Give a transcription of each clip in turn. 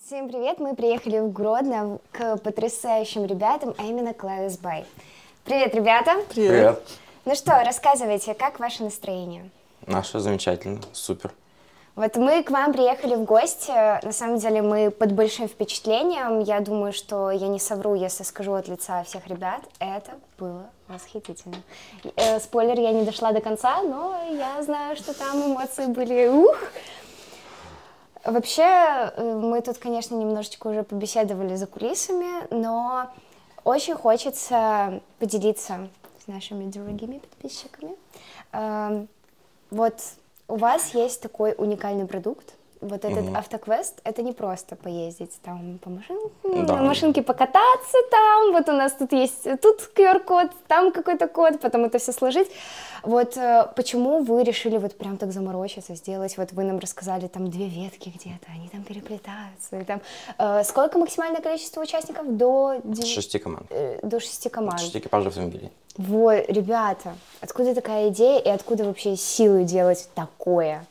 Всем привет! Мы приехали в Гродно к потрясающим ребятам, а именно Clavis By. Привет, ребята! Привет! Ну что, рассказывайте, как ваше настроение? Наше замечательно, супер. Вот мы к вам приехали в гости, на самом деле мы под большим впечатлением, я думаю, что я не совру, если скажу от лица всех ребят, это было восхитительно. Спойлер, я не дошла до конца, но я знаю, что там эмоции были ух! Вообще, мы тут, конечно, немножечко уже побеседовали за кулисами, но очень хочется поделиться с нашими дорогими подписчиками. Вот у вас есть такой уникальный продукт. Вот этот автоквест, это не просто поездить там по на машинке покататься там, вот у нас тут есть, тут QR-код, там какой-то код, потом это все сложить. Вот почему вы решили вот прям так заморочиться, сделать, вот вы нам рассказали, там 2 ветки где-то, они там переплетаются, и там, сколько максимальное количество участников? До 6 команд. До 6 команд. 6 экипажей автомобилей. Вот, ребята, откуда такая идея и откуда вообще силы делать такое?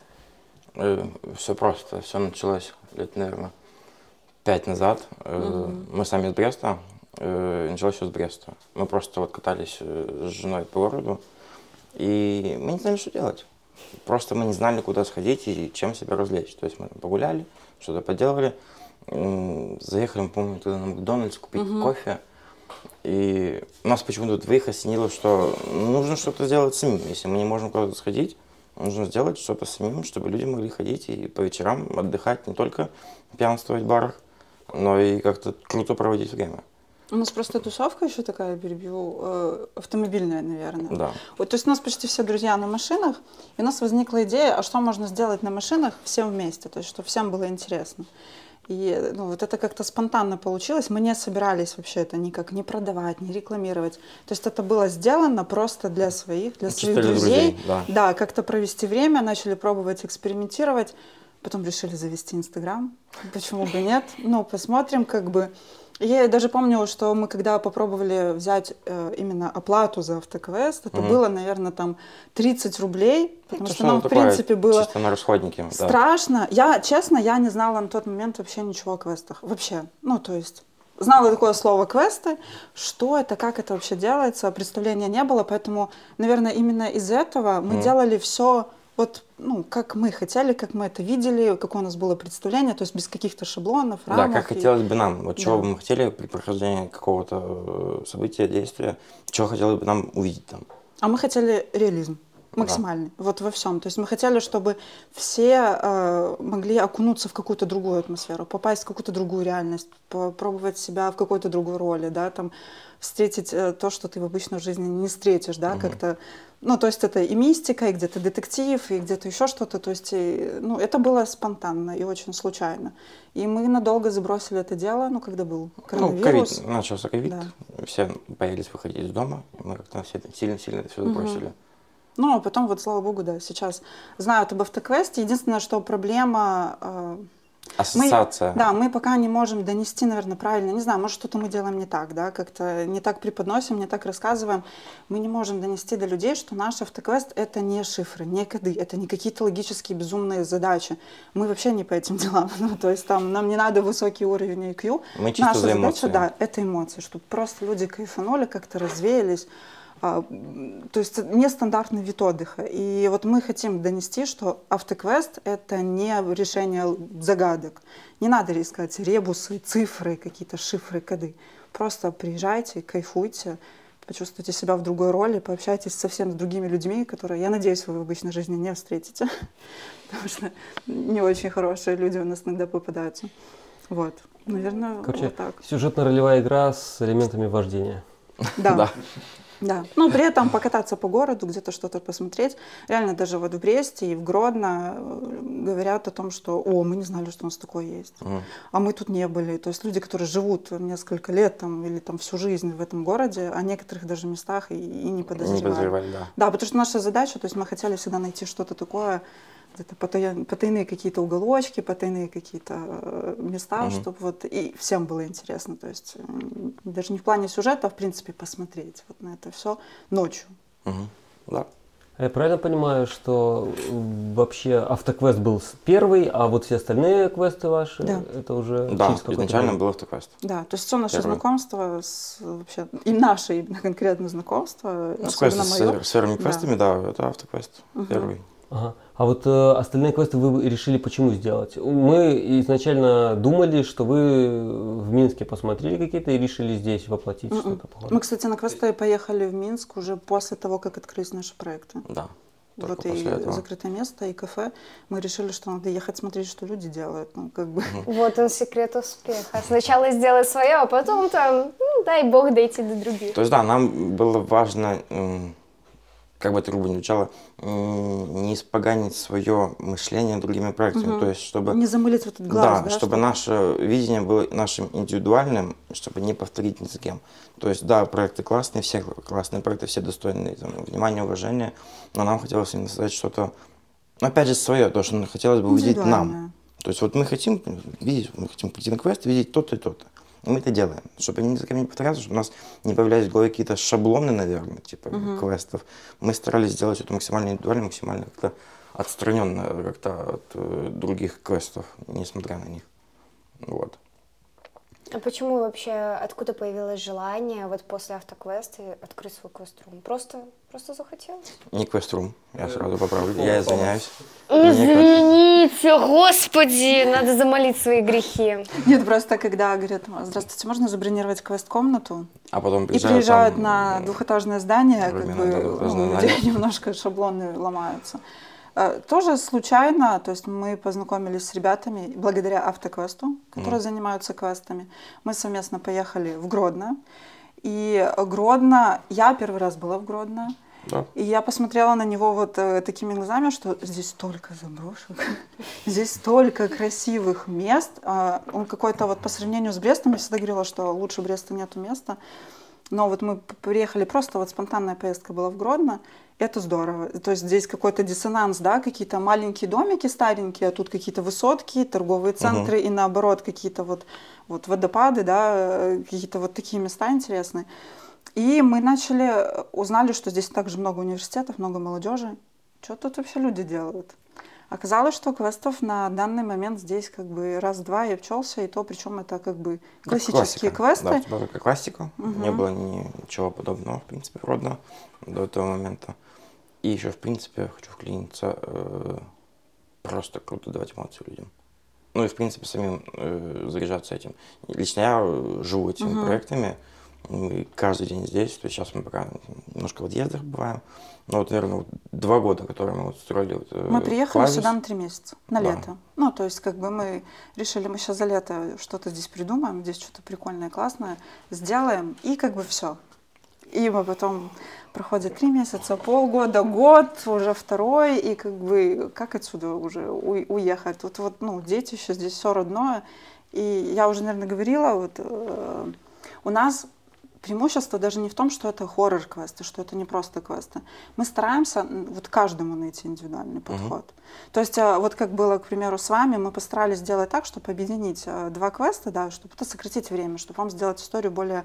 Все просто. Все началось лет, наверное, 5 назад. Мы сами из Бреста. Началось все с Бреста. Мы просто вот катались с женой по городу, и мы не знали, что делать. Просто мы не знали, куда сходить и чем себя развлечь. То есть мы погуляли, что-то поделали, заехали, помню, тогда на Макдональдс купить кофе. И нас почему-то двоих осенило, что нужно что-то сделать самим. Если мы не можем куда-то сходить, нужно сделать что-то самим, чтобы люди могли ходить и по вечерам отдыхать, не только пьянствовать в барах, но и как-то круто проводить время. У нас просто тусовка еще такая, перебью, автомобильная, наверное. Да. Вот, то есть у нас почти все друзья на машинах, и у нас возникла идея, а что можно сделать на машинах всем вместе, то есть чтобы всем было интересно. И вот это как-то спонтанно получилось. Мы не собирались вообще это никак не продавать, не рекламировать. То есть это было сделано просто для своих друзей. Да, как-то провести время, начали пробовать, экспериментировать. Потом решили завести Инстаграм. Почему бы нет? Посмотрим, как бы. Я даже помню, что мы когда попробовали взять именно оплату за автоквест, это было, наверное, там 30 рублей, потому что нам, в принципе, было чисто на расходники, страшно. Честно, я не знала на тот момент вообще ничего о квестах. Вообще. То есть знала такое слово квесты, что это, как это вообще делается, представления не было, поэтому, наверное, именно из этого мы делали все вот, как мы хотели, как мы это видели, какое у нас было представление, то есть без каких-то шаблонов, рамок. Да, как хотелось бы нам, вот чего бы мы хотели при прохождении какого-то события, действия, чего хотелось бы нам увидеть там. А мы хотели реализм максимальный, вот во всем. То есть мы хотели, чтобы все могли окунуться в какую-то другую атмосферу, попасть в какую-то другую реальность, попробовать себя в какой-то другой роли, да, там, встретить то, что ты в обычной жизни не встретишь, да, как-то. То есть это и мистика, и где-то детектив, и где-то еще что-то. То есть, это было спонтанно и очень случайно. И мы надолго забросили это дело, когда был коронавирус. Начался ковид, все боялись выходить из дома, мы как-то сильно-сильно это все забросили. А потом, вот, слава богу, да, сейчас знают об автоквесте. Единственное, что проблема... Ассоциация. Мы пока не можем донести, наверное, правильно. Не знаю, может, что-то мы делаем не так, да, как-то не так преподносим, не так рассказываем. Мы не можем донести до людей, что наш автоквест — это не шифры, не коды, это не какие-то логические безумные задачи. Мы вообще не по этим делам. То есть там нам не надо высокий уровень IQ. Мы чисто Наша за задача, эмоции. да, это эмоции, чтобы просто люди кайфанули, как-то развеялись. То есть нестандартный вид отдыха. И вот мы хотим донести, что автоквест — это не решение загадок. Не надо искать ребусы, цифры, какие-то шифры, коды. Просто приезжайте, кайфуйте, почувствуйте себя в другой роли, пообщайтесь совсем с другими людьми, которые, я надеюсь, вы в обычной жизни не встретите. Потому что не очень хорошие люди у нас иногда попадаются. Вот. Наверное, вот так. Сюжетно-ролевая игра с элементами вождения. Да. Да, при этом покататься по городу, где-то что-то посмотреть. Реально даже вот в Бресте и в Гродно говорят о том, что мы не знали, что у нас такое есть. А мы тут не были. То есть люди, которые живут несколько лет там, или там всю жизнь в этом городе, о некоторых даже местах и не подозревали. Не подозревали, да. Да, потому что наша задача, то есть мы хотели всегда найти что-то такое, где-то потайные какие-то уголочки, потайные какие-то места, чтобы вот и всем было интересно. То есть даже не в плане сюжета, а в принципе посмотреть вот на это все ночью. Да. А я правильно понимаю, что вообще автоквест был первый, а вот все остальные квесты ваши, Да. это уже Да, через какое-то изначально время? был автоквест. Да, то есть все наше Первый. знакомство, вообще, и наше именно конкретно знакомство, Ну, с особенно квесты, мое. с первыми квестами, да, это автоквест первый. Ага. А вот остальные квесты вы решили почему сделать? Мы изначально думали, что вы в Минске посмотрели какие-то и решили здесь воплотить что-то похожее. Мы, кстати, на квесты поехали в Минск уже после того, как открылись наши проекты. Да, только Вот и после этого. закрытое место, и кафе. Мы решили, что надо ехать смотреть, что люди делают. Ну, как бы. Вот он секрет успеха. Сначала сделать свое, а потом там, ну, дай бог дойти до других. То есть, да, нам было важно, как бы это грубо не звучало, не испоганить свое мышление другими проектами. То есть, чтобы... Не замылить вот этот глаз, да? чтобы наше видение было нашим индивидуальным, чтобы не повторить ни за кем. То есть, да, проекты классные, все классные проекты, все достойные там, внимания, уважения, но нам хотелось именно создать что-то, ну, опять же, свое, то, что хотелось бы увидеть нам. Индивидуальное. То есть, вот мы хотим видеть, мы хотим прийти на квест и видеть то-то и то-то. И мы это делаем, чтобы они ни за кем не повторялся, чтобы у нас не появлялись в голове какие-то шаблоны, наверное, типа квестов. Мы старались сделать это максимально индивидуально, максимально как-то отстраненно как-то от других квестов, несмотря на них. Вот. А почему вообще, откуда появилось желание вот после автоквеста открыть свой квест-рум? Просто захотелось? Не квест-рум, я сразу поправлю, я извиняюсь. Извините, господи, надо замолить свои грехи. Нет, просто когда говорят, здравствуйте, можно забронировать квест-комнату? А потом И приезжают там, на двухэтажное здание, как именно, бы, да, двухэтажное ну, здание. где немножко шаблоны ломаются. Тоже случайно, то есть мы познакомились с ребятами благодаря автоквесту, которые занимаются квестами. Мы совместно поехали в Гродно. И Гродно, я первый раз была в Гродно, Да. и я посмотрела на него вот такими глазами, что здесь столько заброшек, здесь столько красивых мест. Он какой-то вот по сравнению с Брестом, я всегда говорила, что лучше Бреста нету места. Но вот мы приехали, просто вот спонтанная поездка была в Гродно, это здорово. То есть здесь какой-то диссонанс, да, какие-то маленькие домики старенькие, а тут какие-то высотки, торговые центры и наоборот какие-то вот водопады, да, какие-то вот такие места интересные. И мы узнали, что здесь также много университетов, много молодежи. Что тут вообще люди делают? Оказалось, что квестов на данный момент здесь как бы раз-два и обчелся, и то, причем это как бы классические квесты. Да, только классика. Не было ничего подобного, в принципе, Гродно до этого момента. И еще, в принципе, хочу вклиниться, просто круто давать эмоции людям. Ну и, в принципе, самим заряжаться этим. Лично я живу этими проектами, мы каждый день здесь, то есть сейчас мы пока немножко в отъездах бываем, но вот, наверное, 2 года, которые мы вот строили Мы приехали Клавиш. сюда на 3 месяца, на Да. лето. Ну, то есть, как бы мы решили, мы сейчас за лето что-то здесь придумаем, здесь что-то прикольное, классное, сделаем, и как бы все. И мы потом проходит 3 месяца, полгода, год, уже второй, и как бы как отсюда уже уехать? Тут вот, ну, детище, здесь все родное. И я уже, наверное, говорила, вот у нас преимущество даже не в том, что это хоррор-квесты, что это не просто квесты. Мы стараемся вот каждому найти индивидуальный подход. То есть вот как было, к примеру, с вами, мы постарались сделать так, чтобы объединить 2 квеста, да, чтобы это сократить время, чтобы вам сделать историю более,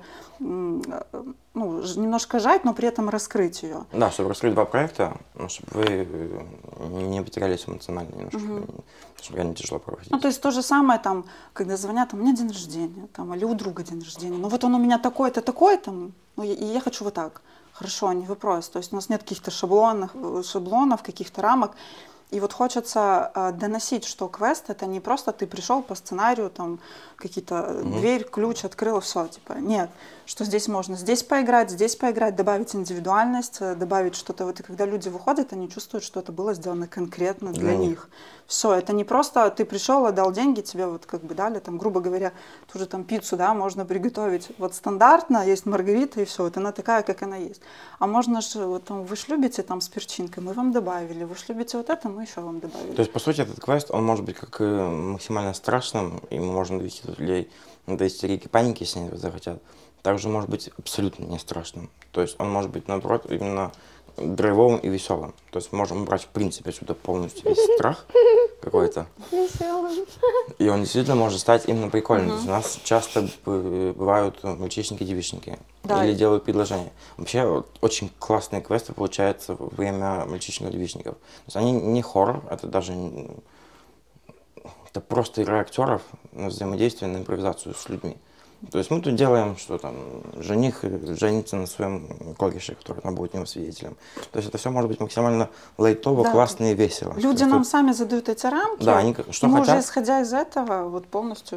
ну, немножко сжать, но при этом раскрыть ее. Да, чтобы раскрыть 2 проекта, ну, чтобы вы не потерялись эмоционально немножко, чтобы реально тяжело проходить. Ну, то есть то же самое, там, когда звонят, там, у меня день рождения, там, или у друга день рождения, ну вот он у меня такой-то, такой, там, ну, и я хочу вот так. Хорошо, не вопрос. То есть у нас нет каких-то шаблонов, каких-то рамок. И вот хочется доносить, что квест — это не просто ты пришел по сценарию, там, какие-то дверь, ключ открыл, все, типа, нет. Что здесь можно здесь поиграть, добавить индивидуальность, добавить что-то. Вот и когда люди выходят, они чувствуют, что это было сделано конкретно для них. Все, это не просто ты пришел, отдал деньги, тебе вот как бы дали, там, грубо говоря, ту же там пиццу, да, можно приготовить вот стандартно, есть маргарита и все, вот она такая, как она есть. А можно же, вот там, вы ж любите там с перчинкой, мы вам добавили, вы ж любите вот это, мы еще вам добавили. То есть, по сути, этот квест, он может быть как максимально страшным, и мы можем довести людей до истерики, паники, если они этого захотят. Также может быть абсолютно не страшным. То есть он может быть, наоборот, именно драйвовым и веселым. То есть можем убрать, в принципе, сюда полностью весь страх какой-то. Веселым. И он действительно может стать именно прикольным. То есть у нас часто бывают мальчишники-девичники. Да. Или делают предложения. Вообще вот, очень классные квесты получаются во время мальчишников-девичников. То есть они не хоррор, это даже это просто игра актеров на взаимодействие, на импровизацию с людьми. То есть мы тут делаем, что там жених женится на своем кореше, который там будет его свидетелем. То есть это все может быть максимально лайтово, Да. классно и весело. Люди То есть нам тут- сами задают эти рамки. Да, они что мы хотят. уже исходя из этого, вот полностью,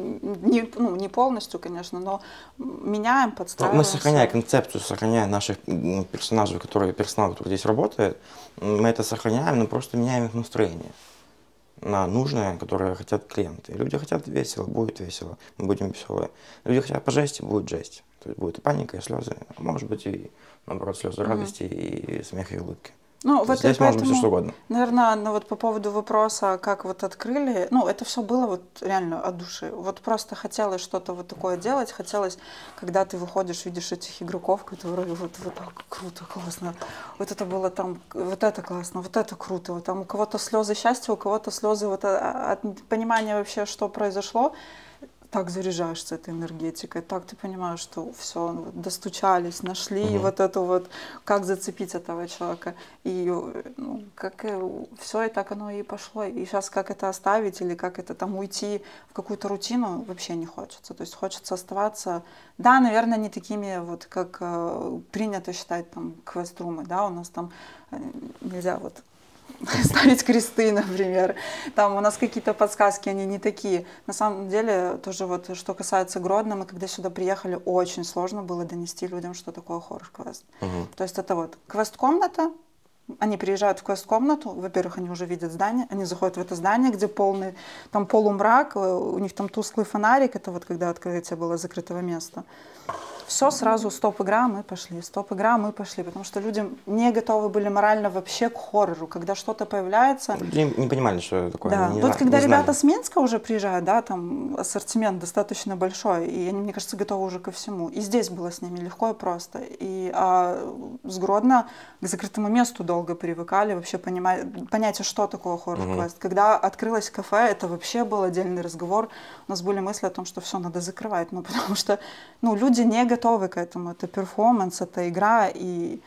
не полностью, конечно, но меняем, Ну, подстраиваемся. мы, сохраняя концепцию, сохраняя наших персонажей, персонал, который здесь работает, мы это сохраняем, но просто меняем их настроение на нужное, которое хотят клиенты. Люди хотят весело, будет весело, мы будем веселые. Люди хотят по жести, будет жесть. То есть будет и паника, и слезы, а может быть и, наоборот, слезы радости, и смех, и улыбки. Ну, То вот есть и здесь может быть все поэтому, что угодно. наверное, ну вот по поводу вопроса, как вот открыли, ну, это все было вот реально от души. Вот просто хотелось что-то вот такое делать, хотелось, когда ты выходишь, видишь этих игроков, которые вот так круто, классно, вот это было там, вот это классно, вот это круто, вот там у кого-то слезы счастья, у кого-то слезы вот от понимания вообще, что произошло. Так заряжаешься этой энергетикой, так ты понимаешь, что все, достучались, нашли вот эту вот, как зацепить этого человека. И ну, как все, и так оно и пошло. И сейчас как это оставить или как это там уйти в какую-то рутину вообще не хочется. То есть хочется оставаться, да, наверное, не такими вот, как принято считать там квест-румы, да, у нас там нельзя вот ставить кресты, например. Там у нас какие-то подсказки, они не такие. На самом деле, тоже вот, что касается Гродно, мы когда сюда приехали, очень сложно было донести людям, что такое хоррор-квест. То есть это вот квест-комната, они приезжают в квест-комнату, во-первых, они уже видят здание, они заходят в это здание, где полный, там полумрак, у них там тусклый фонарик, это вот когда открытие было закрытого места. Все сразу, стоп-игра, мы пошли, стоп-игра, мы пошли, потому что люди не готовы были морально вообще к хоррору, когда что-то появляется. Люди не понимали, что это такое. Да, Они вот когда не знали. ребята с Минска уже приезжают, да, там ассортимент достаточно большой, и они, мне кажется, готовы уже ко всему. И здесь было с ними легко и просто. И с Гродно к закрытому месту долго привыкали, вообще понятие, что такое хоррор-квест. Когда открылось кафе, это вообще был отдельный разговор. У нас были мысли о том, что все надо закрывать, ну, потому что люди не готовы к этому. Это перформанс, это игра, и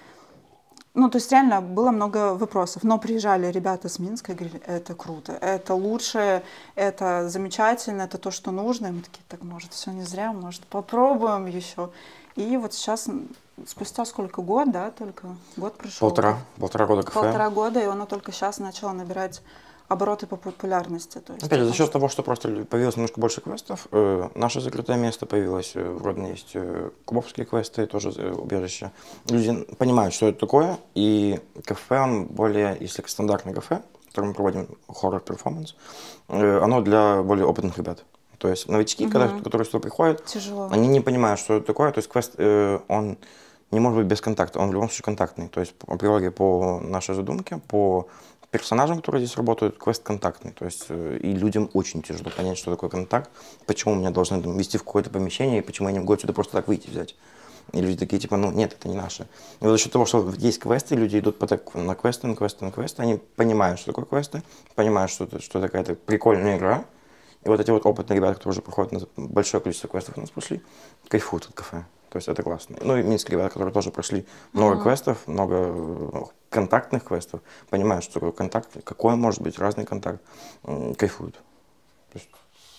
ну, то есть реально было много вопросов, но приезжали ребята с Минска и говорили, это круто, это лучше, это замечательно, это то, что нужно. И мы такие, так, может, все не зря, может, попробуем еще. И вот сейчас, спустя сколько, год, да, только год прошел? Полтора года кафе. 1,5 года, и оно только сейчас начало набирать обороты по популярности. То есть, Опять же, за счет того, что просто появилось немножко больше квестов, наше закрытое место появилось, вроде есть кубовские квесты, тоже убежище. Люди понимают, что это такое, и кафе, он более, если стандартное кафе, в котором мы проводим хоррор-перформанс, оно для более опытных ребят. То есть новички, которые сюда приходят, тяжело. Они не понимают, что это такое. То есть квест, он не может быть без контакта, он в любом случае контактный. То есть априори по нашей задумке, по персонажам, которые здесь работают, квест контактный. То есть и людям очень тяжело понять, что такое контакт, почему меня должны там, вести в какое-то помещение, и почему я не могу сюда просто так выйти взять. И люди такие, типа, ну нет, это не наше. И вот за счет того, что есть квесты, люди идут на квесты, они понимают, что такое квесты, понимают, что это какая-то прикольная игра. И вот эти вот опытные ребята, которые уже проходят на большое количество квестов у нас прошли, кайфуют от кафе. То есть это классно. Ну и минские ребята, которые тоже прошли много квестов, много контактных квестов, понимают, что такое контакт, какой может быть разный контакт, кайфуют. То есть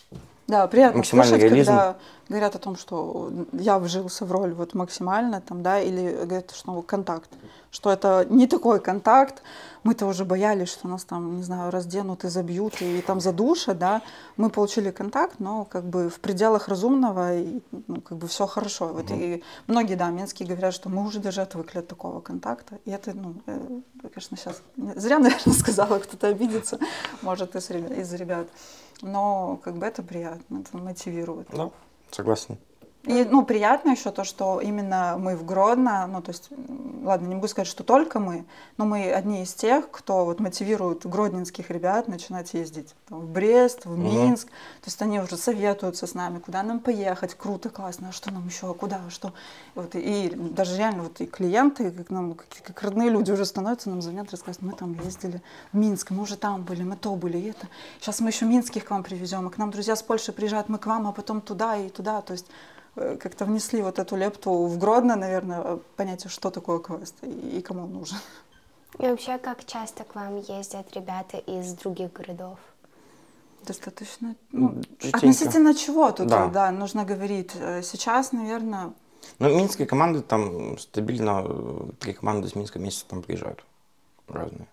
да, приятно максимальный слышать, реализм. когда говорят о том, что я вжился в роль вот максимально, там, да, или говорят, что контакт, что это не такой контакт, мы-то уже боялись, что нас там, не знаю, разденут и забьют, и там задушат, да, мы получили контакт, но как бы в пределах разумного, и, ну, как бы все хорошо. Вот, и многие, да, минские говорят, что мы уже даже отвыкли от такого контакта, и это, ну, конечно, сейчас зря, наверное, сказала, кто-то обидится, может, из ребят. Но как бы это приятно, это мотивирует. Да, согласен. И, ну, приятно еще то, что именно мы в Гродно, ну, то есть, ладно, не могу сказать, что только мы, но мы одни из тех, кто вот мотивирует гродненских ребят начинать ездить там, в Брест, в Минск. То есть они уже советуются с нами, куда нам поехать, круто, классно, а что нам еще, куда, что. Вот, и даже реально вот и клиенты, как нам, как родные люди уже становятся, нам звонят, рассказывают, мы там ездили в Минск, мы уже там были, мы то были, и это. Сейчас мы еще минских к вам привезем, и к нам друзья с Польши приезжают, мы к вам, а потом туда и туда. То есть как-то внесли вот эту лепту в Гродно, наверное, понятие, что такое квест и кому он нужен. И вообще, как часто к вам ездят ребята из других городов? Достаточно. Частенько. Относительно чего тут, Да. нужно говорить. Сейчас, наверное... Ну, минские команды там стабильно, 3 команды из Минска месяца там приезжают. Разные.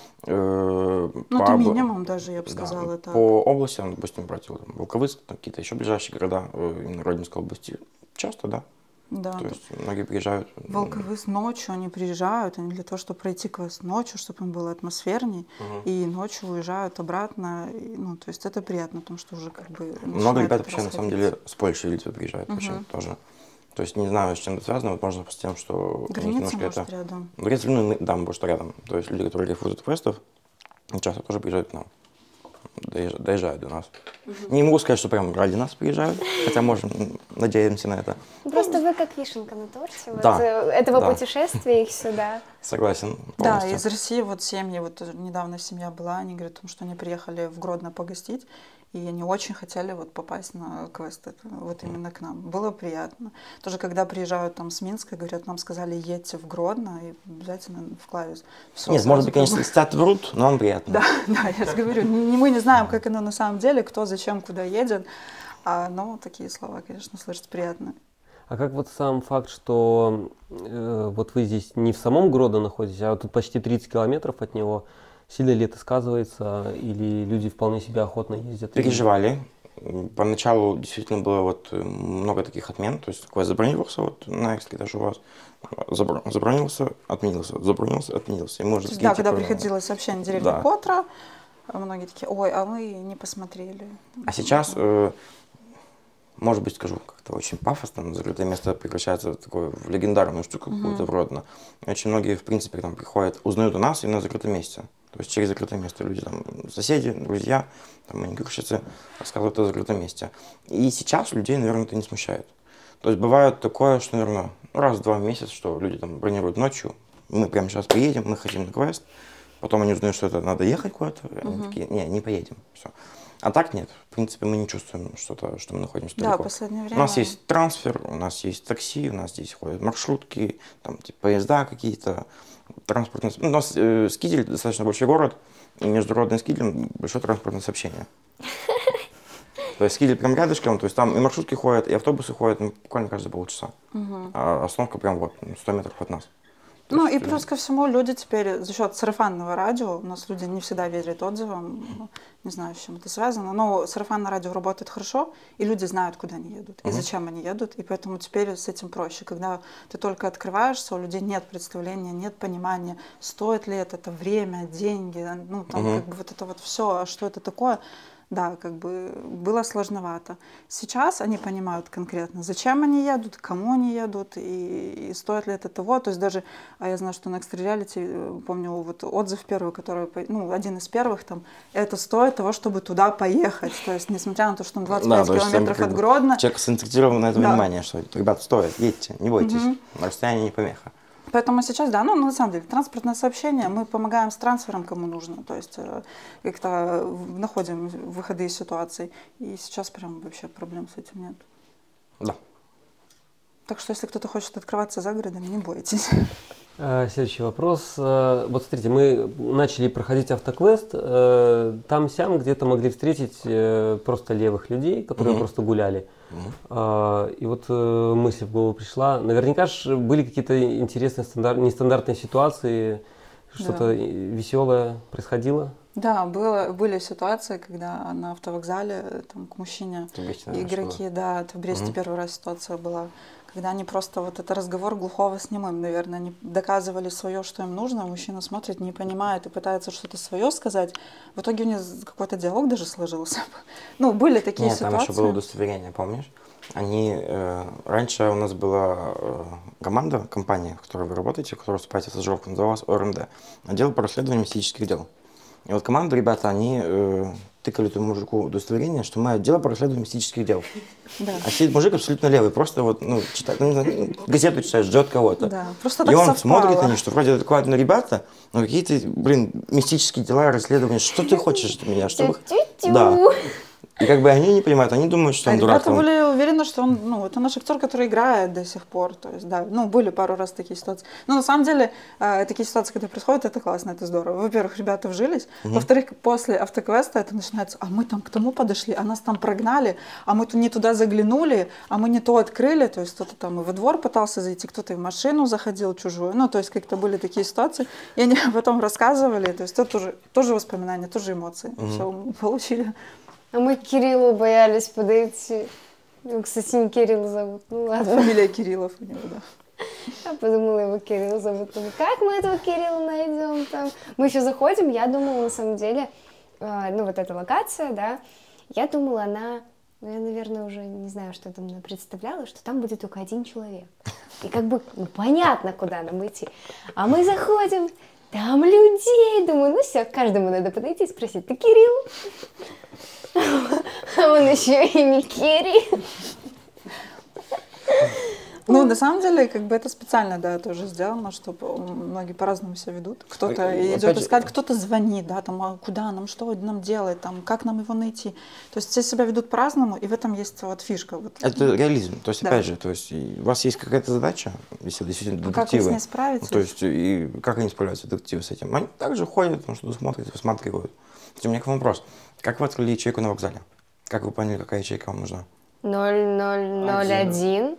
Ну, это минимум даже, я бы сказала. Да. Так. По областям, допустим, брать вот, Волковыск, там какие-то еще ближайшие города, именно Родинской области, часто, да. Да. То есть многие приезжают. Волковыск ночью они приезжают, они для того, чтобы пройти квест ночью, чтобы им было атмосферней, и ночью уезжают обратно. И, ну, то есть это приятно, потому что уже как бы... Много ребят вообще, на самом деле, с Польши и Литвы приезжают вообще тоже. То есть не знаю, с чем это связано, возможно, с тем, что граница, немножко может, это... рядом. Граница, ну, да, может, рядом. То есть люди, которые кайфуют от квестов, часто тоже приезжают к нам. Доезжают до нас. Не могу сказать, что прям ради нас приезжают, хотя можем, надеемся на это. Просто вы как вишенка на торте вот, Да, этого да. путешествия их сюда. Согласен Да, полностью. из России вот семьи, вот недавно семья была, они говорят, что они приехали в Гродно погостить, и они очень хотели вот попасть на квест, вот именно к нам. Было приятно. Тоже когда приезжают там с Минска, говорят, нам сказали, едьте в Гродно и обязательно в Клавис. Всё, Нет, сразу может быть, как конечно, бы- льстят врут, но нам приятно. Да, да, я же говорю, мы не знаем, как оно на самом деле, кто, зачем, куда едет, но такие слова, конечно, слышать приятно. А как вот сам факт, что вот вы здесь не в самом Гродно находитесь, а вот тут почти 30 километров от него, сильно ли это сказывается, или люди вполне себе охотно ездят? Переживали. Поначалу действительно было вот много таких отмен, то есть такое забронировался вот на Экске даже у вас, забронился, отменился, отменился. И мы уже То есть, такие, да, когда типа, приходило сообщение деревни да. Котра, многие такие, ой, а мы не посмотрели. А сейчас, может быть, скажу как-то очень пафосно, закрытое место превращается в такое в легендарную штуку какую-то в Гродно. И очень многие, в принципе, к нам приходят, узнают о нас именно на закрытом месте. То есть через закрытое место люди, там, соседи, друзья, там, маникюрщицы рассказывают о закрытом месте. И сейчас людей, наверное, это не смущает. То есть бывает такое, что, наверное, раз-два в месяц, что люди там бронируют ночью, мы прямо сейчас приедем, мы хотим на квест, потом они узнают, что это надо ехать куда-то, и они такие, не поедем, все. А так нет, в принципе, мы не чувствуем что-то, что мы находимся Да, далеко. последнее время... У нас есть трансфер, у нас есть такси, у нас здесь ходят маршрутки, там, типа, поезда какие-то, транспортные... Ну, у нас Скидель достаточно большой город, и международный Скидель большое транспортное сообщение. То есть Скидель прям рядышком, то есть там и маршрутки ходят, и автобусы ходят буквально каждые полчаса. А остановка прям вот 100 метров от нас. Ну и плюс ко всему люди теперь за счет сарафанного радио, у нас люди не всегда верят отзывам, не знаю, с чем это связано, но сарафанное радио работает хорошо, и люди знают, куда они едут, и зачем они едут, и поэтому теперь с этим проще. Когда ты только открываешься, у людей нет представления, нет понимания, стоит ли это время, деньги, ну там как бы вот это вот все, а что это такое. Да, как бы было сложновато. Сейчас они понимают конкретно, зачем они едут, кому они едут и стоит ли это того. То есть даже, я знаю, что на Extra Reality, помню вот отзыв первый, который, ну, один из первых, там, это стоит того, чтобы туда поехать. То есть, несмотря на то, что он 25 километров от Гродно. Человек сконцентрирован на это внимание, что, ребята, стоит, едьте, не бойтесь, расстояние не помеха. Поэтому сейчас, да, ну, на самом деле, транспортное сообщение, мы помогаем с трансфером, кому нужно, то есть как-то находим выходы из ситуаций, и сейчас прям вообще проблем с этим нет. Да. Так что, если кто-то хочет открываться за городом, не бойтесь. Следующий вопрос. Вот смотрите, мы начали проходить автоквест, там-сям где-то могли встретить просто левых людей, которые просто гуляли. И вот мысль в голову пришла. Наверняка же были какие-то интересные, нестандартные ситуации, что-то веселое происходило? Да, были ситуации, когда на автовокзале там, к мужчине В Бресте, наверное, игроки, да, это в Бресте первый раз ситуация была, когда они просто, вот это разговор глухого с немым, наверное, они доказывали свое, что им нужно, а мужчина смотрит, не понимает и пытается что-то свое сказать. В итоге у них какой-то диалог даже сложился. Ну, были такие Нет, ситуации. там еще было удостоверение, помнишь? Раньше у нас была команда, компания, в которой вы работаете, в которой выступаете стажировку, называлась ОРМД, отдел по расследованию мистических дел. И вот команда, ребята, они тыкали этому мужику удостоверение, что мы отдел по расследованию мистических дел. Да. А сидит мужик абсолютно левый, просто вот, читает, не знаю, газету читает, ждет кого-то. Да, просто И так он совпало. смотрит на них, что вроде адекватные ребята, но какие-то, мистические дела, расследования. Что ты хочешь от меня? Чтобы... Да. И как бы они не понимают, они думают, что он дурак. Ребята были уверены, что он, это наш актер, который играет до сих пор. То есть, да, были пару раз такие ситуации. Но на самом деле, такие ситуации, когда происходят, это классно, это здорово. Во-первых, ребята вжились. Во-вторых, после автоквеста это начинается, а мы там к тому подошли, а нас там прогнали, а мы не туда заглянули, а мы не то открыли. То есть кто-то там и во двор пытался зайти, кто-то и в машину заходил чужую. То есть как-то были такие ситуации. И они потом рассказывали. То есть это тоже воспоминания, тоже эмоции. Все получили. А мы к Кириллу боялись подойти. Кстати, не Кирилл зовут. Ну ладно. Фамилия Кириллов у него, да. Я подумала, его Кирилл зовут. Думаю, как мы этого Кирилла найдем там? Мы еще заходим, я думала, на самом деле, вот эта локация, да, я думала, я, наверное, уже не знаю, что там она представляла, что там будет только один человек. И как бы, понятно, куда нам идти. А мы заходим, там людей, думаю, все, каждому надо подойти и спросить, ты Кирилл? А он еще и не Кири. На самом деле, как бы это специально, да, тоже сделано, чтобы многие по-разному себя ведут. Кто-то идет искать, кто-то звонит, да, там, а куда нам, что нам делать, там, как нам его найти. То есть все себя ведут по-разному, и в этом есть вот фишка. Вот. Это реализм. То есть, Да. опять же, то есть, у вас есть какая-то задача, если действительно детективы. Как вы с ней справитесь? То есть, и как они справляются, детективы, с этим? Они также ходят, что-то смотрят, высматривают. У меня к вам вопрос. Как вы открыли ячейку на вокзале? Как вы поняли, какая ячейка вам нужна? 0001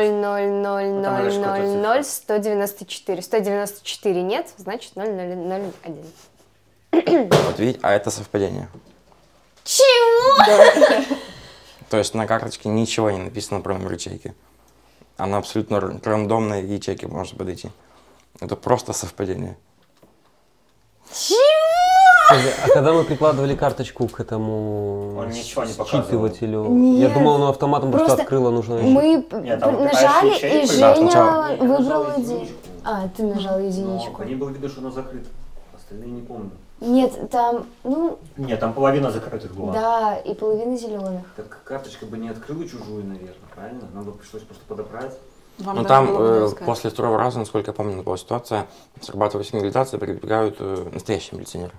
00000 194. 194 нет, значит 0001. Вот видите, а это совпадение. Чего? То есть на карточке ничего не написано про номер ячейки. Она абсолютно рандомной ячейке может подойти. Это просто совпадение. Чего? А когда мы прикладывали карточку к этому Он ничего не показывал. считывателю, Нет. я думал, она автоматом просто открыла нужную ячейку. Мы Нет, там нажали, ячейку, и да, Женя сначала. выбрал единичку. А, ты нажал единичку. По ней было видно, что она закрыта. Остальные не помню. Нет, там, Нет, там половина закрытых была. да, и половина зеленых. Так карточка бы не открыла чужую, наверное, правильно? Нам бы пришлось просто подобрать. Вам Ну надо там было бы искать. после второго раза, насколько я помню, была ситуация, срабатывает сигнализация, прибегают настоящие милиционеры.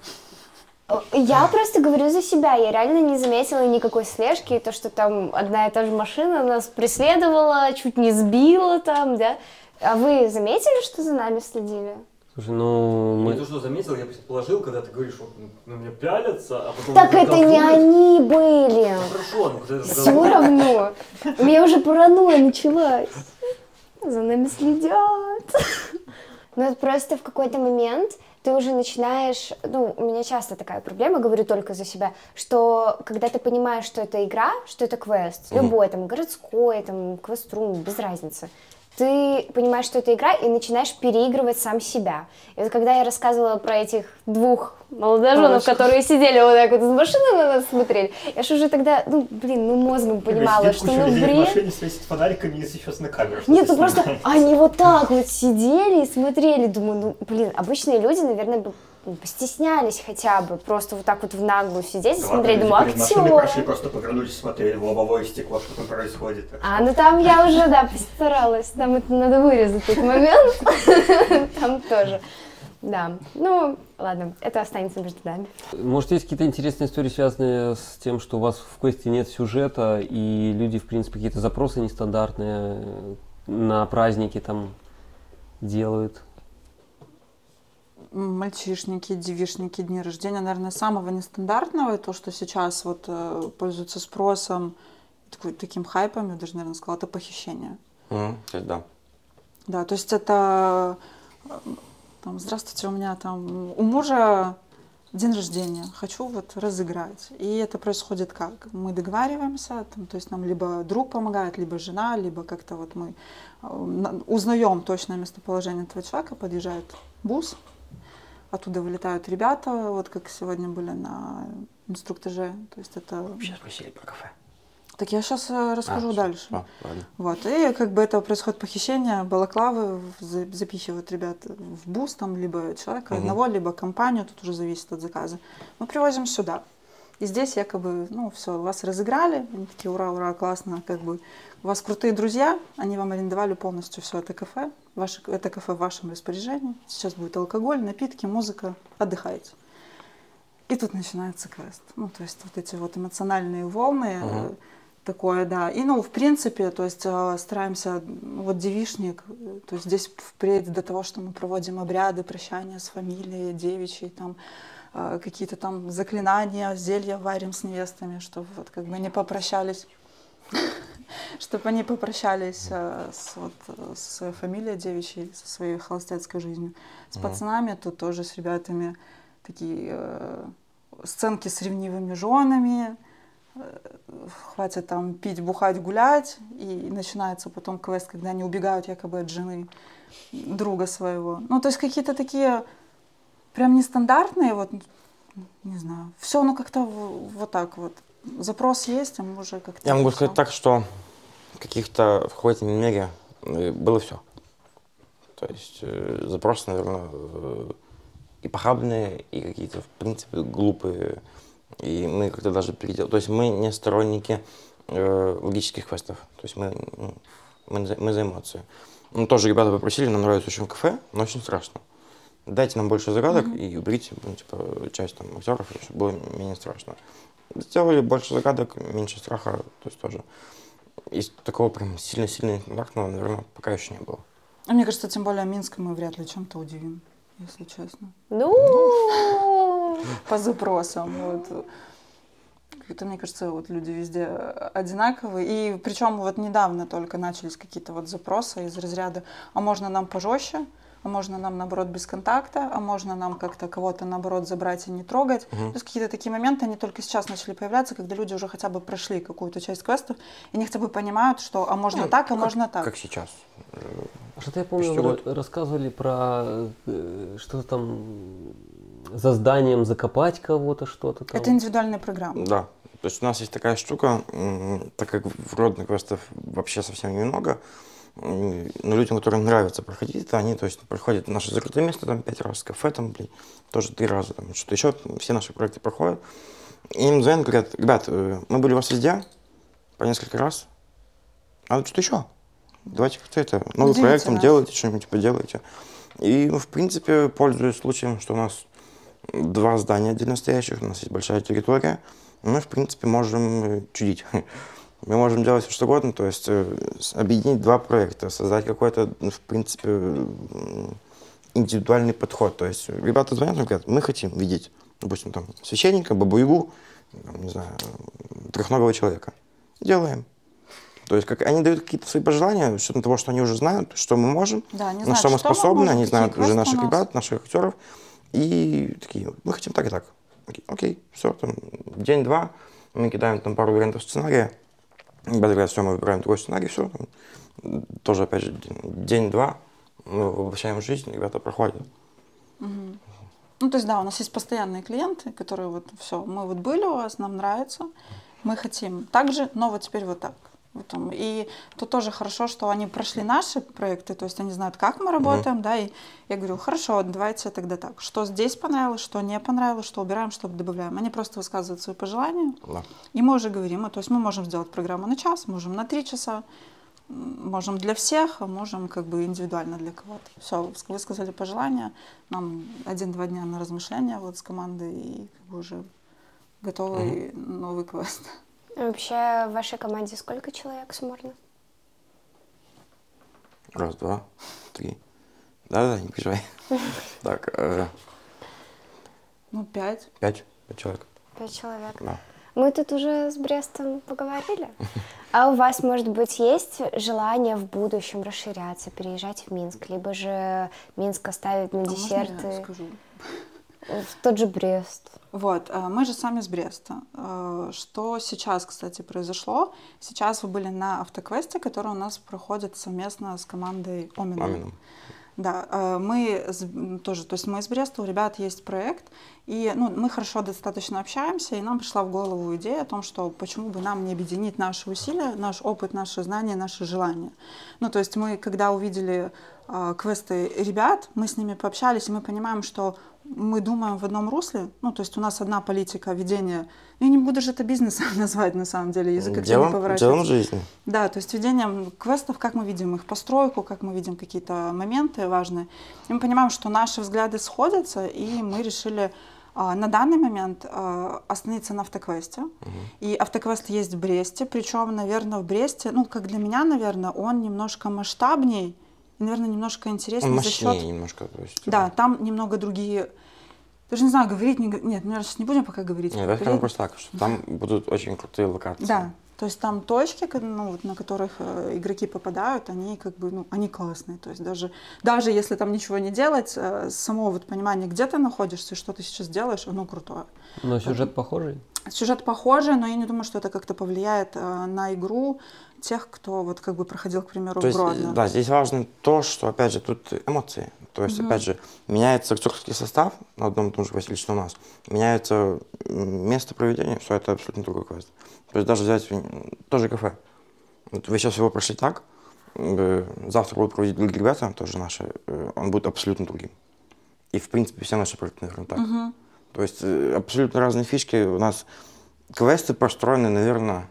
Я просто говорю за себя, я реально не заметила никакой слежки, и то, что там одна и та же машина нас преследовала, чуть не сбила там, да. А вы заметили, что за нами следили? Слушай, Не то, что заметил, я предположил, когда ты говоришь, что на меня пялятся, а потом... Так это не они были. Хорошо, ну когда Все равно. У меня уже паранойя началась. За нами следят. Но это просто в какой-то момент ты уже начинаешь, у меня часто такая проблема, говорю только за себя, что когда ты понимаешь, что это игра, что это квест, любой, там, городской, там, квест-рум, без разницы, ты понимаешь, что это игра, и начинаешь переигрывать сам себя. И вот когда я рассказывала про этих двух молодоженов, которые сидели вот так вот из машины на нас смотрели, я же уже тогда, мозгом понимала, что в Ну, бред. машине светит фонариками и сейчас на камеру. Нет, просто они вот так вот сидели и смотрели, думаю, обычные люди, наверное, бы постеснялись хотя бы, просто вот так вот в наглую сидеть и смотреть, думаю, актер. Просто повернулись, смотрели в лобовое стекло, что там происходит. Там я уже, постаралась, там это надо вырезать этот момент, там тоже. Да, ладно, это останется между нами. Может, есть какие-то интересные истории, связанные с тем, что у вас в квесте нет сюжета, и люди, в принципе, какие-то запросы нестандартные на праздники там делают? Мальчишники, девичники, дни рождения, наверное, самого нестандартного, и то, что сейчас вот пользуется спросом, таким хайпом, я даже, наверное, сказала, это похищение. Да. Да, то есть это, там, здравствуйте, у меня там, у мужа день рождения, хочу вот разыграть. И это происходит как? Мы договариваемся, там, то есть нам либо друг помогает, либо жена, либо как-то вот мы узнаем точное местоположение этого человека, подъезжает бус, оттуда вылетают ребята, вот как сегодня были на инструктаже. То есть это... Вообще спросили про кафе. Так я сейчас расскажу дальше. Ладно. Вот, и как бы это происходит похищение балаклавы, запихивают ребят в бус, там, либо человека одного, либо компанию, тут уже зависит от заказа. Мы привозим сюда. И здесь якобы, ну, все, вас разыграли, они такие, ура, ура, классно, как бы, у вас крутые друзья, они вам арендовали полностью все это кафе, это кафе в вашем распоряжении, сейчас будет алкоголь, напитки, музыка, отдыхайте. И тут начинается квест. Ну, то есть вот эти вот эмоциональные волны, такое, да. И, ну, в принципе, то есть стараемся, вот девичник, то есть здесь впредь до того, что мы проводим обряды прощания с фамилией девичьей, там, какие-то там заклинания, зелья варим с невестами, чтобы вот как бы они попрощались, чтобы они попрощались со своей фамилией девичьей, со своей холостяцкой жизнью. С пацанами тут тоже с ребятами такие сценки с ревнивыми женами, хватит там пить, бухать, гулять, и начинается потом квест, когда они убегают якобы от жены друга своего. Ну, то есть какие-то такие прям нестандартные, вот, не знаю, все, ну, как-то вот так вот. Запрос есть, а мы уже как-то... Я могу сказать так, что в какой-то мере было все. То есть запросы, наверное, и похабные, и какие-то, в принципе, глупые. И мы как-то даже переделали. То есть мы не сторонники логических квестов. То есть мы за эмоции. Ну, тоже ребята попросили, нам нравится очень кафе, но очень страшно. Дайте нам больше загадок и уберите, ну, типа, часть там актеров, чтобы было менее страшно. Сделали больше загадок, меньше страха, то есть тоже. Из такого прям сильно-сильно стандартного, наверное, пока еще не было. А мне кажется, тем более Минск мы вряд ли чем-то удивим, если честно. Ну, По запросам. Вот. Это, мне кажется, вот люди везде одинаковые. И причем вот недавно только начались какие-то вот запросы из разряда, а можно нам пожестче, а можно нам, наоборот, без контакта, а можно нам как-то кого-то, наоборот, забрать и не трогать. То есть какие-то такие моменты, они только сейчас начали появляться, когда люди уже хотя бы прошли какую-то часть квестов, и они хотя бы понимают, что а можно так, а можно так. Как сейчас. Что-то я помню, вы рассказывали про что-то там за зданием закопать кого-то, что-то там. Это индивидуальная программа. Да. То есть у нас есть такая штука, так как вродных квестов вообще совсем немного, но людям, которым нравится проходить это, они, то есть, проходят в наше закрытое место там 5 раз, кафе там, тоже 3 раза, там, что-то еще, все наши проекты проходят. И им звонят, говорят, ребят, мы были у вас везде, по несколько раз, надо что-то еще. Давайте как-то это, новый проект там делайте, что-нибудь поделайте. И, ну, в принципе, пользуясь случаем, что у нас 2 здания отдельно стоящих, у нас есть большая территория, мы, в принципе, можем чудить. Мы можем делать все что угодно, то есть объединить 2 проекта, создать какой-то, в принципе, индивидуальный подход. То есть ребята звонят и говорят, мы хотим видеть, допустим, там, священника, бабу-ягу, не знаю, трехногого человека. Делаем. То есть как они дают какие-то свои пожелания, с учетом того, что они уже знают, что мы можем, да, на что мы способны, они знают уже наших ребят, наших актеров. И такие, мы хотим так и так. Окей, все, там, день-два, мы кидаем там пару вариантов сценария. Ребята говорят, все, мы выбираем другой сценарий, все. Там, тоже, опять же, день-два, мы воплощаем в жизнь, ребята проходят. Ну, то есть, да, у нас есть постоянные клиенты, которые вот, все, мы вот были у вас, нам нравится, мы хотим так же, но вот теперь вот так. И тут тоже хорошо, что они прошли наши проекты, то есть они знают, как мы работаем, да, и я говорю, хорошо, давайте тогда так, что здесь понравилось, что не понравилось, что убираем, что добавляем. Они просто высказывают свои пожелания, и мы уже говорим, то есть мы можем сделать программу на час, можем на 3 часа, можем для всех, а можем как бы индивидуально для кого-то. Все, высказали пожелания, нам 1-2 дня на размышления вот с командой, и как бы уже готовый новый квест. Вообще в вашей команде сколько человек суммарно? 1, 2, 3. Да, не переживай. Так. 5. 5 человек. 5 человек. Да. Мы тут уже с Брестом поговорили. А у вас, может быть, есть желание в будущем расширяться, переезжать в Минск, либо же Минск оставить на десерты? Можно я скажу? В тот же Брест. Вот, мы же сами с Бреста. Что сейчас, кстати, произошло? Сейчас вы были на автоквесте, который у нас проходит совместно с командой Омином. Да, тоже, то есть мы из Бреста, у ребят есть проект, и мы хорошо достаточно общаемся, и нам пришла в голову идея о том, что почему бы нам не объединить наши усилия, наш опыт, наши знания, наши желания. То есть мы, когда увидели квесты ребят, мы с ними пообщались, и мы понимаем, что мы думаем в одном русле, то есть у нас одна политика ведения, я не буду же это бизнесом назвать на самом деле, язык как-то не поворачивается. Делом жизни. Да, то есть ведением квестов, как мы видим их постройку, как мы видим какие-то моменты важные. И мы понимаем, что наши взгляды сходятся, и мы решили на данный момент остановиться на автоквесте. И автоквест есть в Бресте, причем, наверное, в Бресте, как для меня, наверное, он немножко масштабней, и, наверное, немножко интереснее. Он мощнее немножко. То есть, да, там немного другие... Даже не знаю, говорить, нет, наверное, сейчас не будем пока говорить. Нет, давай скажем просто так, что там будут очень крутые локации. Да, то есть там точки, на которых игроки попадают, они они классные. То есть даже если там ничего не делать, само понимание, где ты находишься и что ты сейчас делаешь, оно крутое. Но сюжет похожий? Сюжет похожий, но я не думаю, что это как-то повлияет на игру тех, кто проходил, к примеру, в Гродно. Да, здесь важно то, что, опять же, тут эмоции. То есть, опять же, меняется актерский состав на одном и том же квесте, лично у нас. Меняется место проведения, все это абсолютно другой квест. То есть даже взять тоже кафе. Вы сейчас его прошли так, завтра будут проводить другие ребята, тоже наши, он будет абсолютно другим. И, в принципе, все наши проекты, наверное, так. То есть абсолютно разные фишки. У нас квесты построены, наверное,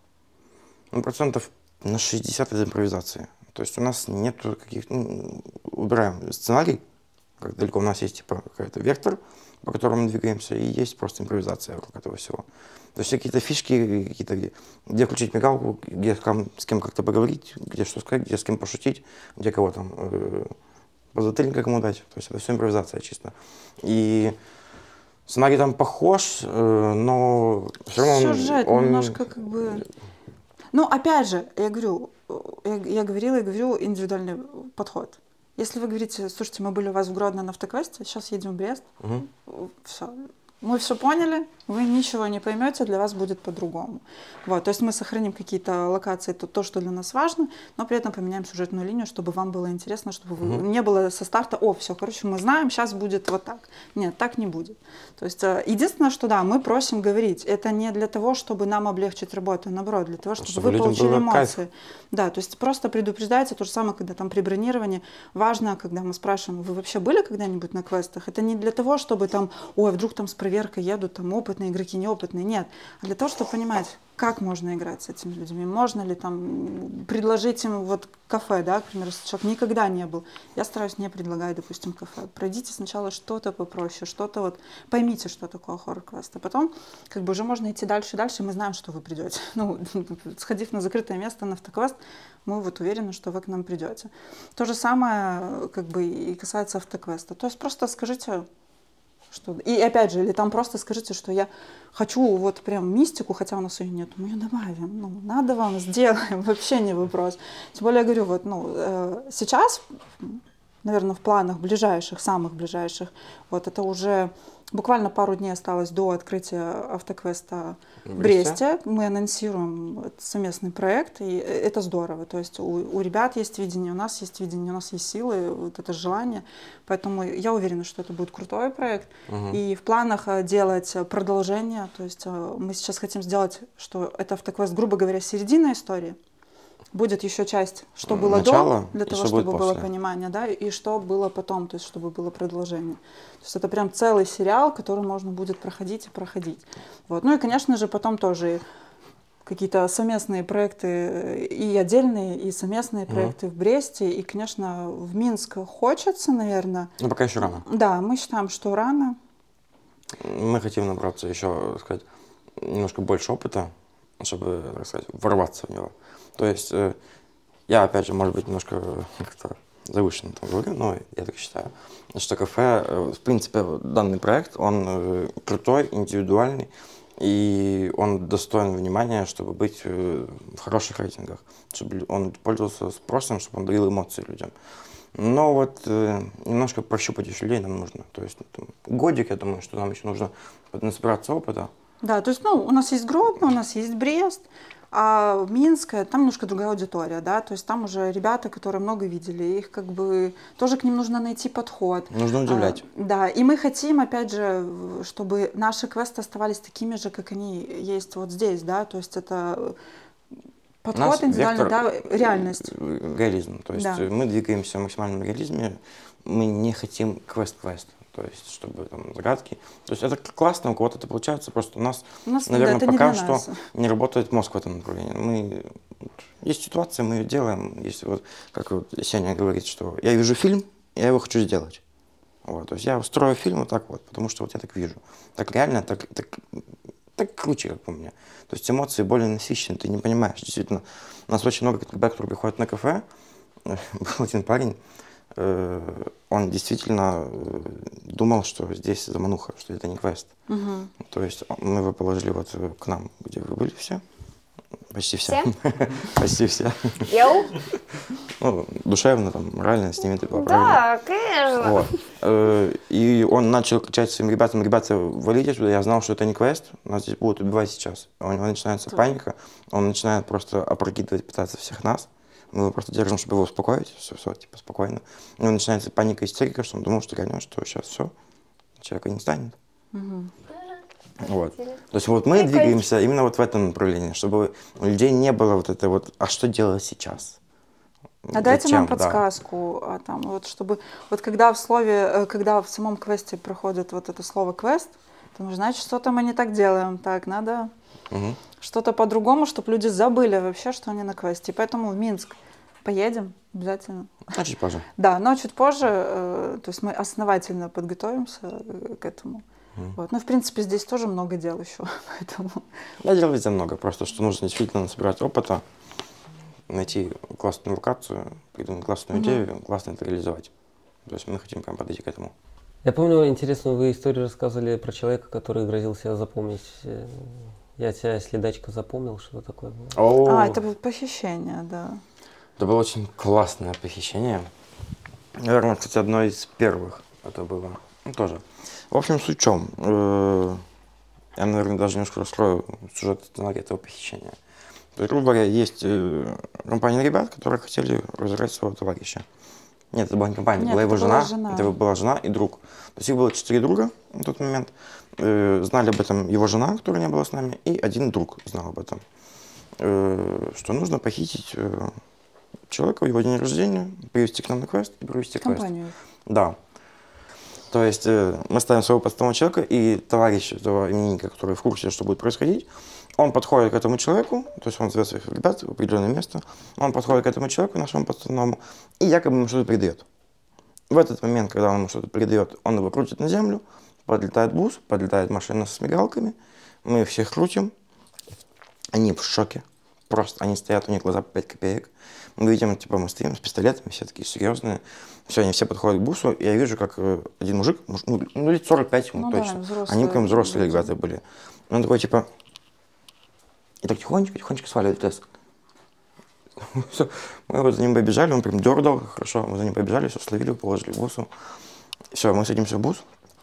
процентов на 60 из импровизации. То есть у нас нет каких-то... убираем сценарий, как далеко у нас есть какой-то вектор, по которому мы двигаемся, и есть просто импровизация вокруг этого всего. То есть какие-то фишки, где включить мигалку, где с кем как-то поговорить, где что сказать, где с кем пошутить, где кого там подзатыльника кому дать. То есть это все импровизация чисто. И сценарий там похож, но все равно сюжет немножко опять же, я говорю, я говорю, индивидуальный подход. Если вы говорите, слушайте, мы были у вас в Гродно на автоквесте, сейчас едем в Брест, все. Мы все поняли, вы ничего не поймете, для вас будет по-другому. Вот, то есть мы сохраним какие-то локации, то, что для нас важно, но при этом поменяем сюжетную линию, чтобы вам было интересно, чтобы не было со старта, все, мы знаем, сейчас будет вот так. Нет, так не будет. То есть единственное, что да, мы просим говорить, это не для того, чтобы нам облегчить работу, наоборот, для того, чтобы вы получили эмоции. Кайф. Да, то есть просто предупреждайте, то же самое, когда там при бронировании, важно, когда мы спрашиваем, вы вообще были когда-нибудь на квестах, это не для того, чтобы там, вдруг там с проверкой едут, там опытные игроки, неопытные, нет, а для того, чтобы понимать, как можно играть с этими людьми, можно ли там предложить им кафе, да, к примеру, если человек никогда не был, я стараюсь не предлагать, допустим, кафе, пройдите сначала что-то попроще, что-то поймите, что такое хоррор-квест, а потом уже можно идти дальше, и мы знаем, что вы придете, сходив на закрытое место на автоквест, мы уверены, что вы к нам придете. То же самое и касается автоквеста, то есть просто скажите, что... И опять же, или там просто скажите, что я хочу прям мистику, хотя у нас ее нет, мы ее добавим, надо вам, сделаем, вообще не вопрос. Тем более, я говорю, сейчас, наверное, в планах ближайших, самых ближайших, это уже буквально пару дней осталось до открытия автоквеста в Бресте. Мы анонсируем совместный проект, и это здорово. То есть у ребят есть видение, у нас есть видение, у нас есть силы, это желание. Поэтому я уверена, что это будет крутой проект. И в планах делать продолжение. То есть мы сейчас хотим сделать, что это автоквест, грубо говоря, середина истории. Будет еще часть, что было начало, до, для того, чтобы было понимание, да, и что было потом, то есть чтобы было продолжение. То есть это прям целый сериал, который можно будет проходить и проходить. Ну и, конечно же, потом тоже какие-то совместные проекты, и отдельные, и совместные проекты в Бресте, и, конечно, в Минск хочется, наверное. Но пока еще рано. Да, мы считаем, что рано. Мы хотим набраться еще, так сказать, немножко больше опыта, чтобы, так сказать, ворваться в него. То есть я, опять же, может быть, немножко как-то завышенно там говорю, но я так считаю, что кафе, в принципе, данный проект, он крутой, индивидуальный, и он достоин внимания, чтобы быть в хороших рейтингах, чтобы он пользовался спросом, чтобы он дарил эмоции людям. Но вот немножко прощупать еще людей нам нужно. То есть там, годик, я думаю, что нам еще нужно насобираться опыта. Да, то есть, ну, у нас есть Гродно, у нас есть Брест, а Минск, там немножко другая аудитория, да, то есть там уже ребята, которые много видели, их как бы тоже к ним нужно найти подход. Нужно удивлять. Да, и мы хотим, опять же, чтобы наши квесты оставались такими же, как они есть вот здесь, да, то есть это подход индивидуальный, да, реальность. Реализм. То есть Да. мы двигаемся в максимальном реализме, мы не хотим квест-квест. То есть, чтобы там загадки. То есть это классно, у кого-то это получается, просто у нас наверное, это не пока для что нас. не работает мозг в этом направлении. Есть ситуация, мы ее делаем. Есть вот, как вот Сеня говорит, что я вижу фильм, я его хочу сделать. Вот, то есть я устрою фильм вот так вот, потому что вот я так вижу. Так реально, так круче, как по мне. То есть эмоции более насыщенные, ты не понимаешь. Действительно, у нас очень много ребят, которые приходят на кафе. Был один парень, он действительно думал, что здесь замануха, что это не квест. То есть мы его положили вот к нам, где вы были все. Почти все. Почти все. Йоу? Ну, душевно, там, морально с ними ты была Да, конечно. Вот. И он начал кричать своим ребятам: ребята, валите отсюда, я знал, что это не квест, нас здесь будут убивать сейчас. У него начинается паника, он начинает просто опрокидывать, пытаться всех нас. Мы его просто держим, чтобы его успокоить, все, типа, спокойно. У него начинается паника, истерика, что он думал, что реально, что сейчас все, человека не станет. Вот. То есть вот мы двигаемся именно вот в этом направлении, чтобы у людей не было вот это вот, а что делать сейчас? А дайте нам Зачем? Да. подсказку, там, вот, чтобы, вот когда в слове, когда в самом квесте проходит вот это слово квест, то ну, значит, что-то мы не так делаем, так, надо что-то по-другому, чтобы люди забыли вообще, что они на квесте. И поэтому в Минск поедем обязательно. А чуть позже. Да, но чуть позже, то есть мы основательно подготовимся к этому. Вот. Ну, в принципе, здесь тоже много дел еще, поэтому... Да, дел везде много, просто что нужно действительно собирать опыта, найти классную локацию, придумать классную идею, классно это реализовать. То есть мы хотим прям подойти к этому. Я помню, интересную вы историю рассказывали про человека, который грозил себя запомнить. Я тебя, следачка, запомнил, что такое было. это было похищение, да. Это было очень классное похищение. Наверное, кстати, одно из первых это было. Ну, тоже. В общем, суть в чем? Я, наверное, даже немножко раскрою сюжет этого похищения. То есть, грубо говоря, есть компания ребят, которые хотели разыграть своего товарища. Нет, это была не компания, Нет, была его это была жена. Это была жена и друг. То есть их было 4 друга на тот момент. Знали об этом его жена, которая не была с нами, и один друг знал об этом. Что нужно похитить человека в его день рождения, привести к нам на квест и провести квест. Компанию. Да. То есть мы ставим своего подставного человека, и товарищ этого именинника, который в курсе, что будет происходить, он подходит к этому человеку, то есть он зовет своих ребят в определенное место, он подходит к этому человеку, нашему подставному, и якобы ему что-то передает. В этот момент, когда он ему что-то передает, он его крутит на землю, подлетает бус, подлетает машина с мигалками, мы их всех крутим, они в шоке, просто они стоят, у них глаза по 5 копеек. Мы видим, типа, мы стоим с пистолетами, все такие серьезные. Все, они все подходят к бусу, и я вижу, как один мужик, ну лет 45 ему точно. Да, они прям взрослые ребята были. Он такой, типа, и так тихонечко сваливает в лес. Все, мы вот за ним побежали, он прям дергал, хорошо, мы за ним побежали, все, словили, положили в бусу. Все, мы садимся в бус,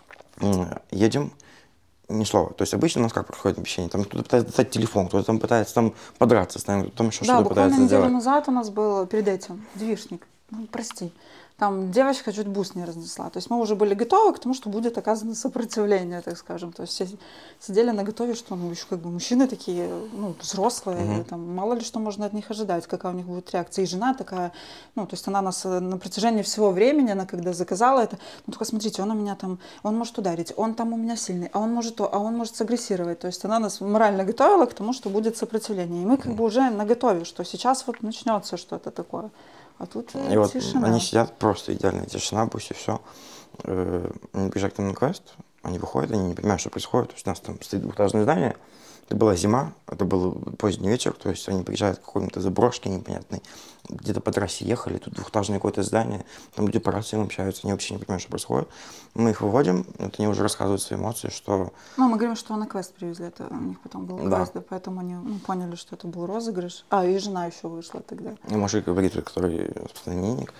едем, ни слова. То есть обычно у нас как происходит обещание? Там кто-то пытается достать телефон, кто-то там пытается там подраться с нами, кто-то там еще что-то пытается сделать. Да, буквально неделю назад у нас был перед этим движник. Ну, прости. Там девочка чуть бус не разнесла. То есть мы уже были готовы к тому, что будет оказано сопротивление, так скажем. То есть все сидели на готове, что ну, еще как бы мужчины такие, ну, взрослые, там, мало ли что можно от них ожидать, какая у них будет реакция. И жена такая, ну, то есть она нас на протяжении всего времени, она когда заказала это, ну, только смотрите, он у меня там, он может ударить, он там у меня сильный, а он может то, а он может сагрессировать. То есть она нас морально готовила к тому, что будет сопротивление. И мы как бы уже на готове, что сейчас вот начнется что-то такое. А тут и вот тишина. Они сидят, просто идеальная тишина, пусть и все. Они приезжают к нам на квест, они выходят, они не понимают, что происходит. То есть у нас там стоит двухэтажное здание, это была зима, это был поздний вечер, то есть они приезжают к какой-то заброшке непонятной, где-то по трассе ехали, тут двухэтажное какое-то здание, там люди по рациям общаются, они вообще не понимают, что происходит. Мы их выводим, вот они уже рассказывают свои эмоции, что... Ну, мы говорим, что на квест привезли, это у них потом был квест, да, поэтому они поняли, что это был розыгрыш. А, и жена еще вышла тогда. И мужик говорит, который распространенник,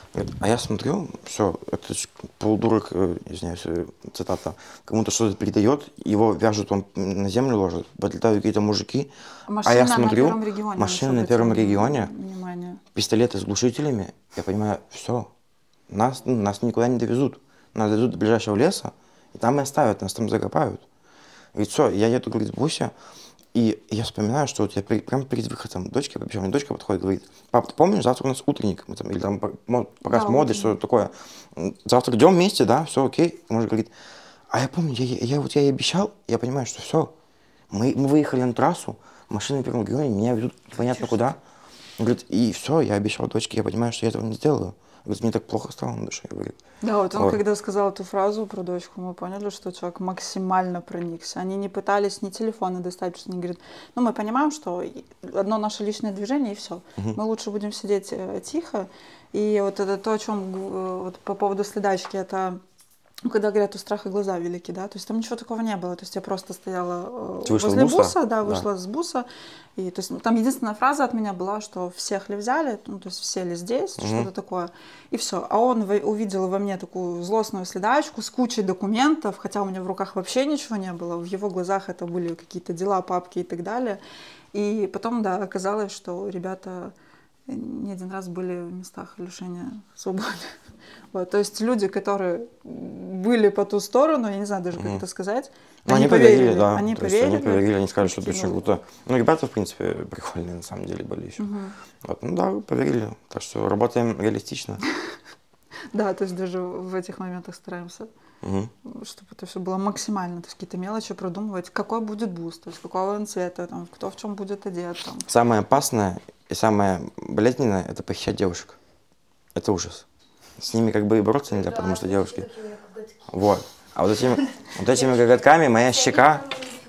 Говорит, а я смотрю, все, это полудурок, извиняюсь, цитата, кому-то что-то передает, его вяжут, он на землю ложит, подлетают какие-то мужики, а я смотрю, на Первом регионе. машина на Первом регионе, Внимание. пистолеты с глушителями, я понимаю, все, нас никуда не довезут, нас довезут до ближайшего леса, и там и оставят, нас там закопают. Говорит, все, я еду, говорит, в бусе, и я вспоминаю, что вот я прямо перед выходом дочки, причем мне дочка подходит, говорит, пап, ты помнишь, завтра у нас утренник, мы там, или там показ моды, что-то такое. Завтра идем вместе, да, все окей. И муж говорит, а я помню, я ей обещал, я понимаю, что все, мы выехали на трассу, машины в Первом регионе, меня ведут непонятно куда. Он говорит, и все, я обещал дочке, я понимаю, что я этого не сделаю. Говорит, мне так плохо стало на душе, говорит. Да, вот он Вот. когда сказал эту фразу про дочку, мы поняли, что человек максимально проникся. Они не пытались ни телефоны достать, потому что они говорят, ну мы понимаем, что одно наше личное движение и все. Мы лучше будем сидеть тихо. И вот это то, о чем вот по поводу следачки, это ну, когда говорят, у страха глаза велики, да, то есть там ничего такого не было, то есть я просто стояла Ты вышла возле с буса? буса, да, Да. вышла с буса, и то есть там единственная фраза от меня была, что всех ли взяли, ну, то есть все ли здесь, что-то такое, и все. А он увидел во мне такую злостную следачку с кучей документов, хотя у меня в руках вообще ничего не было, в его глазах это были какие-то дела, папки и так далее, и потом, да, оказалось, что ребята не один раз были в местах лишения свободы. Вот, то есть люди, которые были по ту сторону, я не знаю даже, как это сказать, Ну, они поверили, да. Они То есть они поверили, они сказали, что это Такие очень вот. круто. Ну, ребята, в принципе, прикольные на самом деле были еще. Вот, ну да, поверили. Так что работаем реалистично. Да, то есть даже в этих моментах стараемся, чтобы это все было максимально, то есть какие-то мелочи продумывать, какой будет буст, то есть какого он цвета, там, кто в чем будет одет. Там. Самое опасное и самое болезненное – это похищать девушек. Это ужас. С ними как бы и бороться нельзя, потому что девушки… Вот. А вот этими коготками моя щека…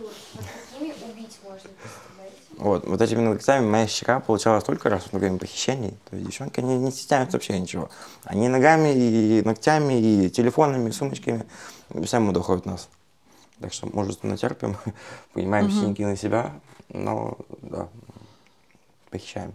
Вот этими ногтями моя щека получала столько раз во время похищений. То есть девчонки не стесняются вообще ничего. Они ногами, и ногтями, и телефонами, и сумочками всем доходят нас. Так что мужественно терпим, понимаем синяки на себя, но да, похищаем.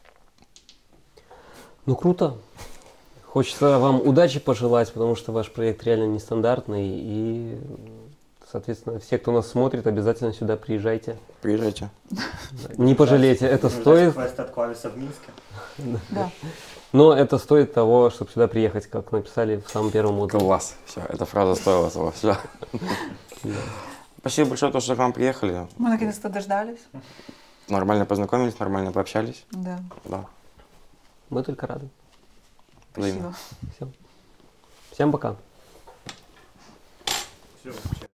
Ну, круто. Хочется вам удачи пожелать, потому что ваш проект реально нестандартный. И, соответственно, все, кто нас смотрит, обязательно сюда приезжайте. Приезжайте. Не пожалейте, это стоит. Квест от Клависа в Минске. Да. Но это стоит того, чтобы сюда приехать, как написали в самом первом отзыве. Класс. Все, эта фраза стоила того. Все. Спасибо большое, что к нам приехали. Мы наконец-то дождались. Нормально познакомились, нормально пообщались. Да. Да. Мы только рады. Спасибо. Всем пока. Все.